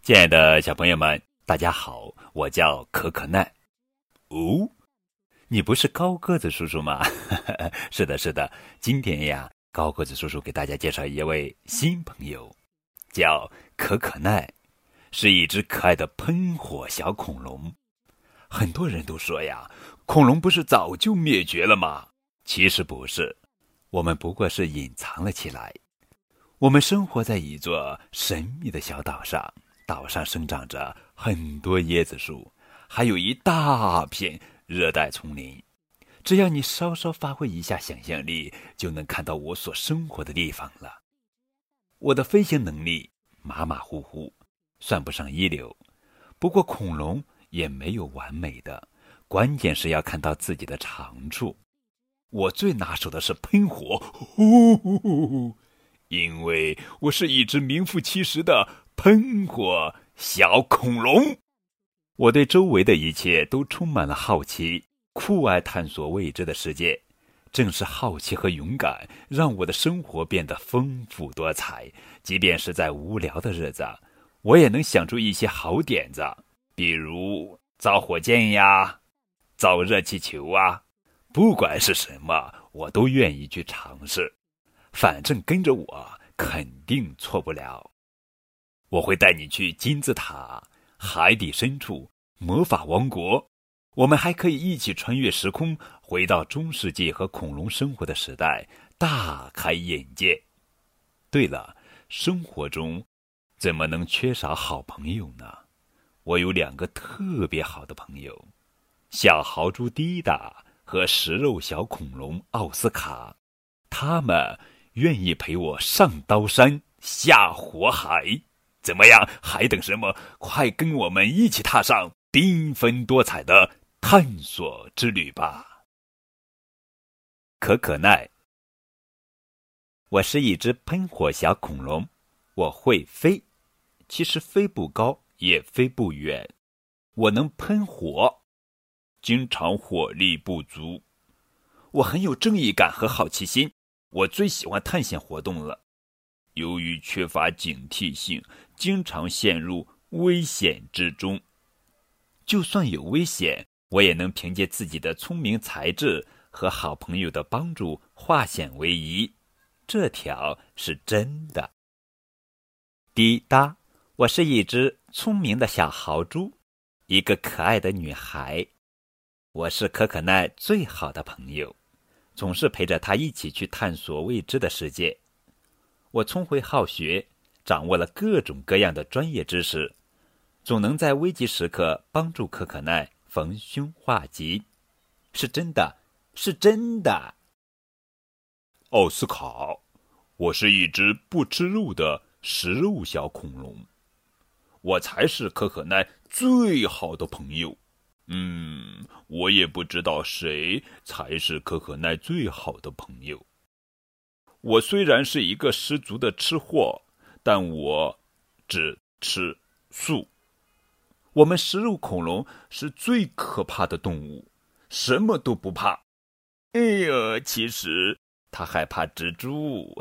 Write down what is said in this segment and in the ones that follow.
亲爱的小朋友们，大家好，我叫可可奈。哦，你不是高个子叔叔吗？是的，是的。今天呀，高个子叔叔给大家介绍一位新朋友，叫可可奈，是一只可爱的喷火小恐龙。很多人都说呀，恐龙不是早就灭绝了吗？其实不是，我们不过是隐藏了起来。我们生活在一座神秘的小岛上，岛上生长着很多椰子树，还有一大片热带丛林。只要你稍稍发挥一下想象力，就能看到我所生活的地方了。我的飞行能力马马虎虎，算不上一流。不过恐龙也没有完美的，关键是要看到自己的长处。我最拿手的是喷火，呼呼呼呼，因为我是一只名副其实的喷火小恐龙。我对周围的一切都充满了好奇，酷爱探索未知的世界。正是好奇和勇敢，让我的生活变得丰富多彩。即便是在无聊的日子，我也能想出一些好点子，比如造火箭呀，造热气球啊。不管是什么，我都愿意去尝试。反正跟着我，肯定错不了。我会带你去金字塔、海底深处、魔法王国。我们还可以一起穿越时空，回到中世纪和恐龙生活的时代，大开眼界。对了，生活中怎么能缺少好朋友呢？我有2个特别好的朋友，小豪猪滴答和食肉小恐龙奥斯卡。他们愿意陪我上刀山下火海。怎么样，还等什么？快跟我们一起踏上缤纷多彩的探索之旅吧。可可奈，我是一只喷火小恐龙，我会飞，其实飞不高也飞不远。我能喷火，经常火力不足。我很有正义感和好奇心，我最喜欢探险活动了。由于缺乏警惕性，经常陷入危险之中。就算有危险，我也能凭借自己的聪明才智和好朋友的帮助化险为夷，这条是真的。滴答，我是一只聪明的小豪猪，一个可爱的女孩。我是可可奈最好的朋友，总是陪着她一起去探索未知的世界。我聪慧好学，掌握了各种各样的专业知识，总能在危急时刻帮助可可奈逢凶化吉。是真的，是真的。奥斯卡，我是一只不吃肉的食肉小恐龙，我才是可可奈最好的朋友。我也不知道谁才是可可奈最好的朋友。我虽然是一个十足的吃货，但我只吃素。我们食肉恐龙是最可怕的动物，什么都不怕。哎呀，其实它害怕蜘蛛。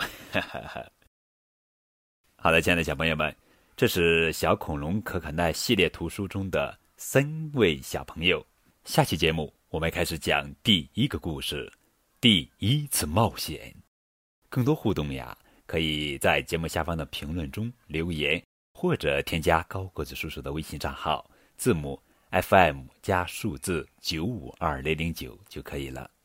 好的，亲爱的小朋友们，这是小恐龙可可奈系列图书中的3位小朋友。下期节目我们开始讲第1个故事，第1次冒险。更多互动呀，可以在节目下方的评论中留言，或者添加高个子叔叔的微信账号，字母 FM 加数字95209就可以了。